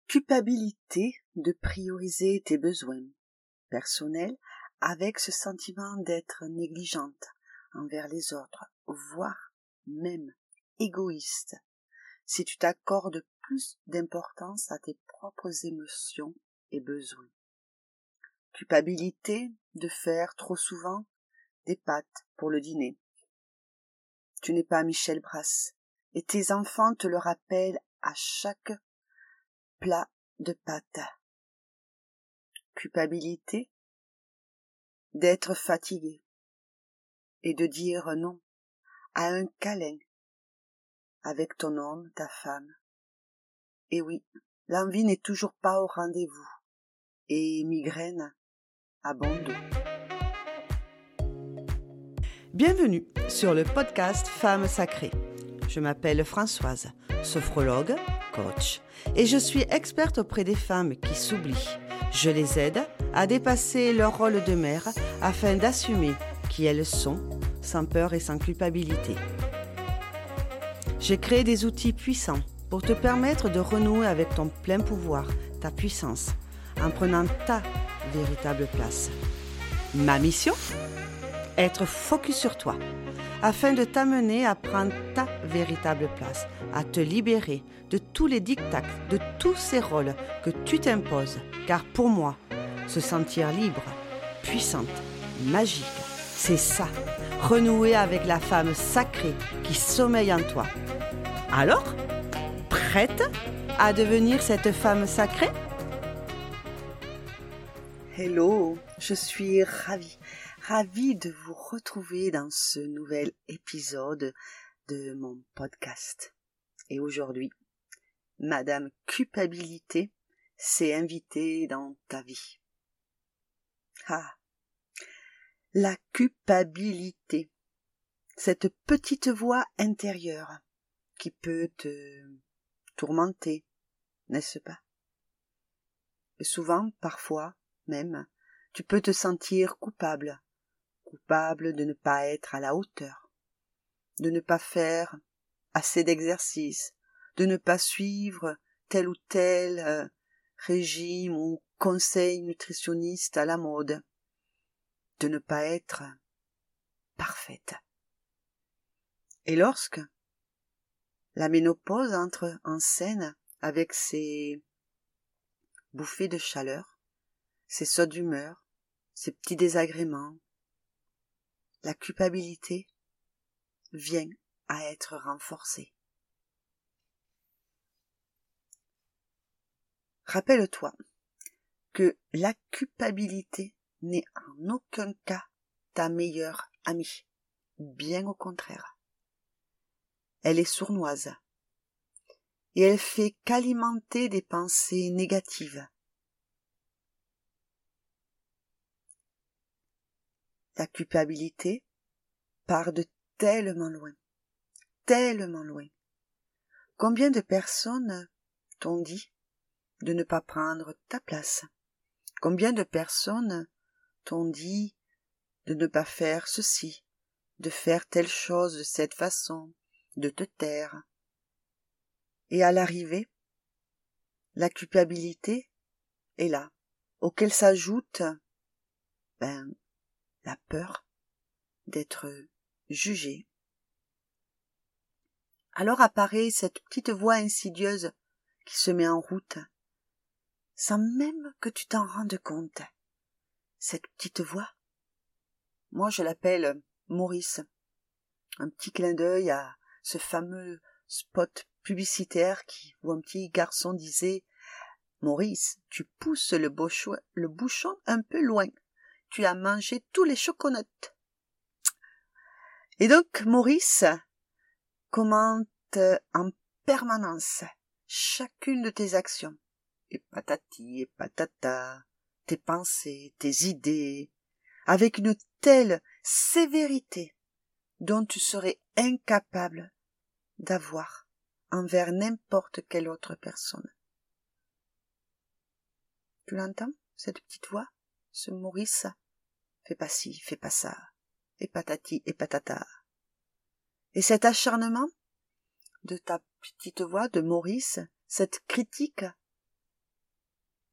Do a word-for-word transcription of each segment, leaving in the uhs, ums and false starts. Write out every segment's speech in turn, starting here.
culpabilité de prioriser tes besoins personnels avec ce sentiment d'être négligente envers les autres, voire même égoïste, si tu t'accordes plus d'importance à tes propres émotions et besoins. Culpabilité de faire trop souvent des pâtes pour le dîner. Tu n'es pas Michel Brasse, et tes enfants te le rappellent à chaque plat de pâtes. Culpabilité d'être fatigué et de dire non à un câlin avec ton homme, ta femme. Et oui, l'envie n'est toujours pas au rendez-vous, et migraine à bon dos. Bienvenue sur le podcast Femmes Sacrées. Je m'appelle Françoise, sophrologue, coach, et je suis experte auprès des femmes qui s'oublient. Je les aide à dépasser leur rôle de mère afin d'assumer qui elles sont, sans peur et sans culpabilité. J'ai créé des outils puissants pour te permettre de renouer avec ton plein pouvoir, ta puissance, en prenant ta véritable place. Ma mission ? Être focus sur toi, afin de t'amener à prendre ta véritable place, à te libérer de tous les dictats, de tous ces rôles que tu t'imposes. Car pour moi, se sentir libre, puissante, magique, c'est ça, renouer avec la femme sacrée qui sommeille en toi. Alors, prête à devenir cette femme sacrée ? Hello, je suis ravie, ravie de vous retrouver dans ce nouvel épisode de mon podcast. Et aujourd'hui, Madame Culpabilité s'est invitée dans ta vie. Ah, la culpabilité, cette petite voix intérieure qui peut te tourmenter, n'est-ce pas? Et souvent, parfois, même, tu peux te sentir coupable, coupable de ne pas être à la hauteur, de ne pas faire assez d'exercices, de ne pas suivre tel ou tel euh, régime ou conseil nutritionniste à la mode, de ne pas être parfaite. Et lorsque la ménopause entre en scène avec ses bouffées de chaleur, ses sauts d'humeur, ses petits désagréments, la culpabilité vient à être renforcée. Rappelle-toi que la culpabilité n'est en aucun cas ta meilleure amie, bien au contraire. Elle est sournoise et elle fait qu'alimenter des pensées négatives. La culpabilité part de tellement loin, tellement loin. Combien de personnes t'ont dit de ne pas prendre ta place? Combien de personnes t'ont dit de ne pas faire ceci, de faire telle chose de cette façon, de te taire? Et à l'arrivée, la culpabilité est là, auquel s'ajoute ben, la peur d'être jugé. Alors apparaît cette petite voix insidieuse qui se met en route, sans même que tu t'en rendes compte. Cette petite voix, moi je l'appelle Maurice. Un petit clin d'œil à ce fameux spot publicitaire qui, où un petit garçon disait « Maurice, tu pousses le, bouchon, le bouchon un peu loin. Tu as mangé tous les chocolats. » Et donc Maurice commente en permanence chacune de tes actions. Et patati et patata, tes pensées, tes idées, avec une telle sévérité dont tu serais incapable d'avoir envers n'importe quelle autre personne. Tu l'entends, cette petite voix, ce Maurice? Fais pas ci, fais pas ça, et patati et patata. Et cet acharnement de ta petite voix de Maurice, cette critique,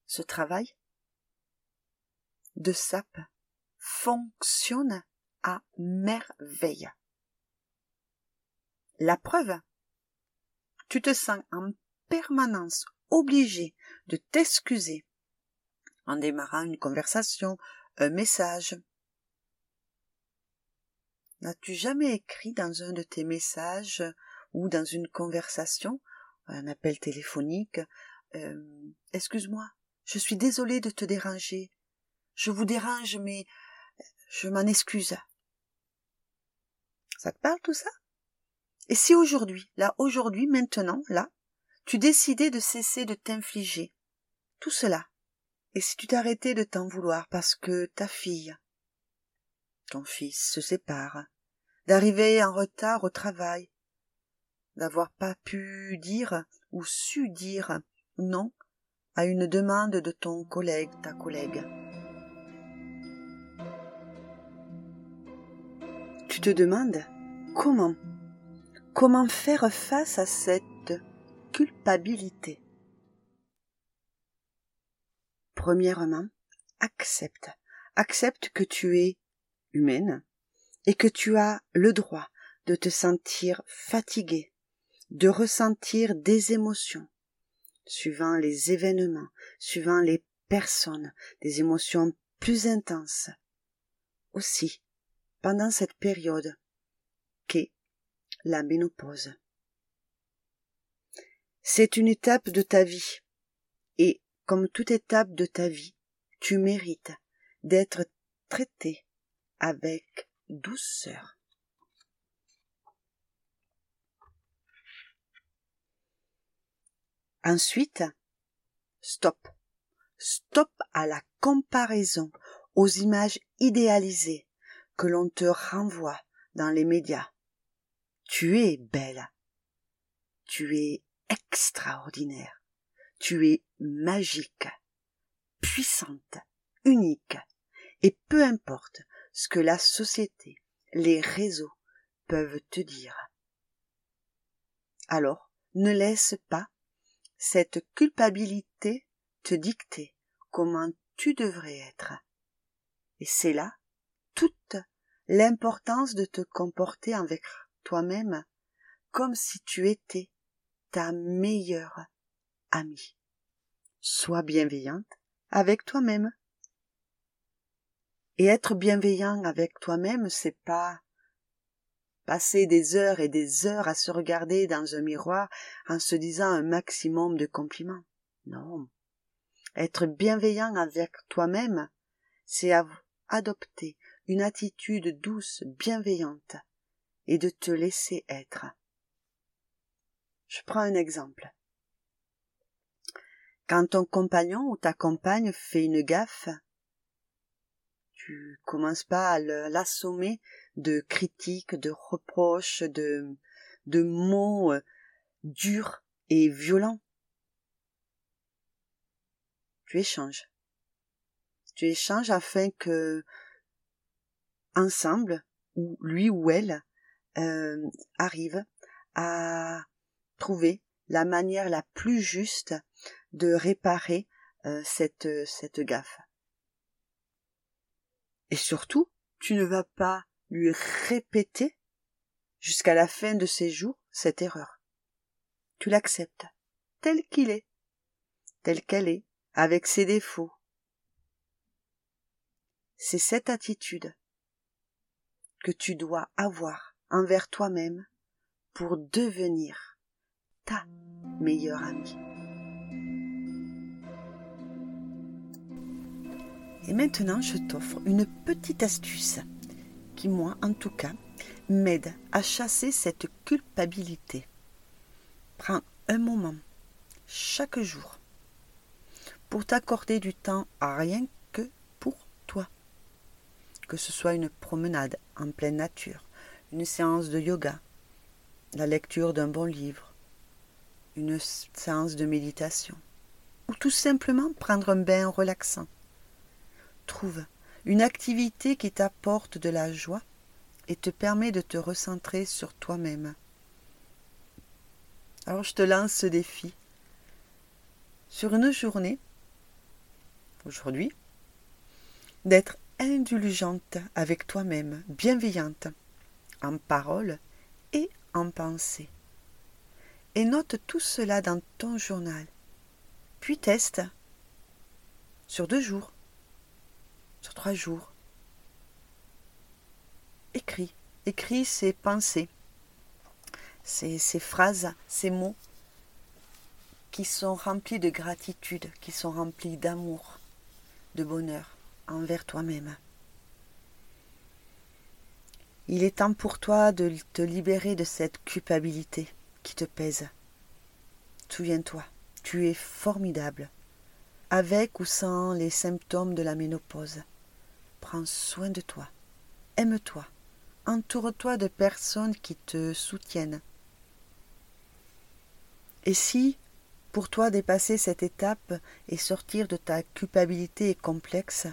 ce travail de sape fonctionne à merveille. La preuve, tu te sens en permanence obligé de t'excuser en démarrant une conversation, un message. N'as-tu jamais écrit dans un de tes messages ou dans une conversation, un appel téléphonique, euh, « Excuse-moi, je suis désolée de te déranger. Je vous dérange, mais je m'en excuse. » Ça te parle tout ça? Et si aujourd'hui, là, aujourd'hui, maintenant, là, tu décidais de cesser de t'infliger tout cela, et si tu t'arrêtais de t'en vouloir parce que ta fille, ton fils se séparent, d'arriver en retard au travail, d'avoir pas pu dire ou su dire non à une demande de ton collègue, ta collègue. Tu te demandes comment, comment faire face à cette culpabilité. Premièrement, accepte, accepte que tu es humaine et que tu as le droit de te sentir fatigué, de ressentir des émotions, suivant les événements, suivant les personnes, des émotions plus intenses. Aussi, pendant cette période qu'est la ménopause. C'est une étape de ta vie, et comme toute étape de ta vie, tu mérites d'être traité avec douceur. Ensuite, stop. Stop à la comparaison, aux images idéalisées que l'on te renvoie dans les médias. Tu es belle. Tu es extraordinaire. Tu es magique, puissante, unique. Et peu importe ce que la société, les réseaux peuvent te dire. Alors, ne laisse pas cette culpabilité te dicter comment tu devrais être. Et c'est là toute l'importance de te comporter avec toi-même comme si tu étais ta meilleure amie. Sois bienveillante avec toi-même. Et être bienveillant avec toi-même, c'est pas passer des heures et des heures à se regarder dans un miroir en se disant un maximum de compliments. Non. Être bienveillant avec toi-même, c'est adopter une attitude douce, bienveillante, et de te laisser être. Je prends un exemple. Quand ton compagnon ou ta compagne fait une gaffe, tu commences pas à l'assommer de critiques, de reproches, de, de mots euh, durs et violents. Tu échanges. Tu échanges afin que, ensemble, ou lui ou elle, euh, arrive à trouver la manière la plus juste de réparer euh, cette, cette gaffe. Et surtout, tu ne vas pas lui répéter jusqu'à la fin de ses jours cette erreur. Tu l'acceptes tel qu'il est, tel qu'elle est, avec ses défauts. C'est cette attitude que tu dois avoir envers toi-même pour devenir ta meilleure amie. Et maintenant, je t'offre une petite astuce qui, moi, en tout cas, m'aide à chasser cette culpabilité. Prends un moment, chaque jour, pour t'accorder du temps à rien que pour toi. Que ce soit une promenade en pleine nature, une séance de yoga, la lecture d'un bon livre, une séance de méditation, ou tout simplement prendre un bain relaxant. Trouve une activité qui t'apporte de la joie et te permet de te recentrer sur toi-même. Alors je te lance ce défi. Sur une journée, aujourd'hui, d'être indulgente avec toi-même, bienveillante, en parole et en pensée. Et note tout cela dans ton journal. Puis teste sur deux jours, sur trois jours. Écris, écris ces pensées, ces, ces phrases, ces mots qui sont remplis de gratitude, qui sont remplis d'amour, de bonheur envers toi-même. Il est temps pour toi de te libérer de cette culpabilité qui te pèse. Souviens-toi, tu es formidable, avec ou sans les symptômes de la ménopause. Prends soin de toi, aime-toi, entoure-toi de personnes qui te soutiennent. Et si, pour toi, dépasser cette étape et sortir de ta culpabilité est complexe,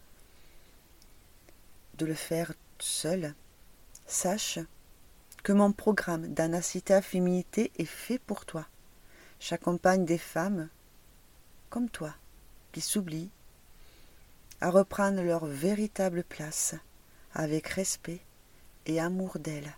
de le faire seul, sache que mon programme d'Anacita Féminité est fait pour toi. J'accompagne des femmes comme toi qui s'oublient à reprendre leur véritable place avec respect et amour d'elles.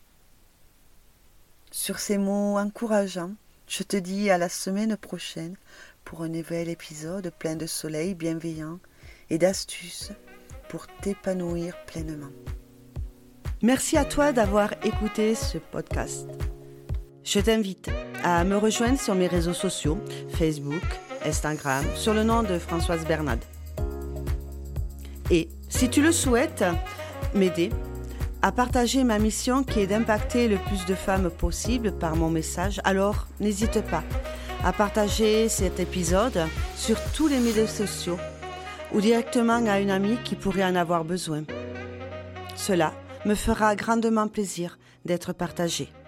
Sur ces mots encourageants, je te dis à la semaine prochaine pour un nouvel épisode plein de soleil bienveillant et d'astuces pour t'épanouir pleinement. Merci à toi d'avoir écouté ce podcast. Je t'invite à me rejoindre sur mes réseaux sociaux, Facebook, Instagram, sur le nom de Françoise Bernade. Et si tu le souhaites, m'aider à partager ma mission qui est d'impacter le plus de femmes possible par mon message, alors n'hésite pas à partager cet épisode sur tous les médias sociaux ou directement à une amie qui pourrait en avoir besoin. Cela me fera grandement plaisir d'être partagé.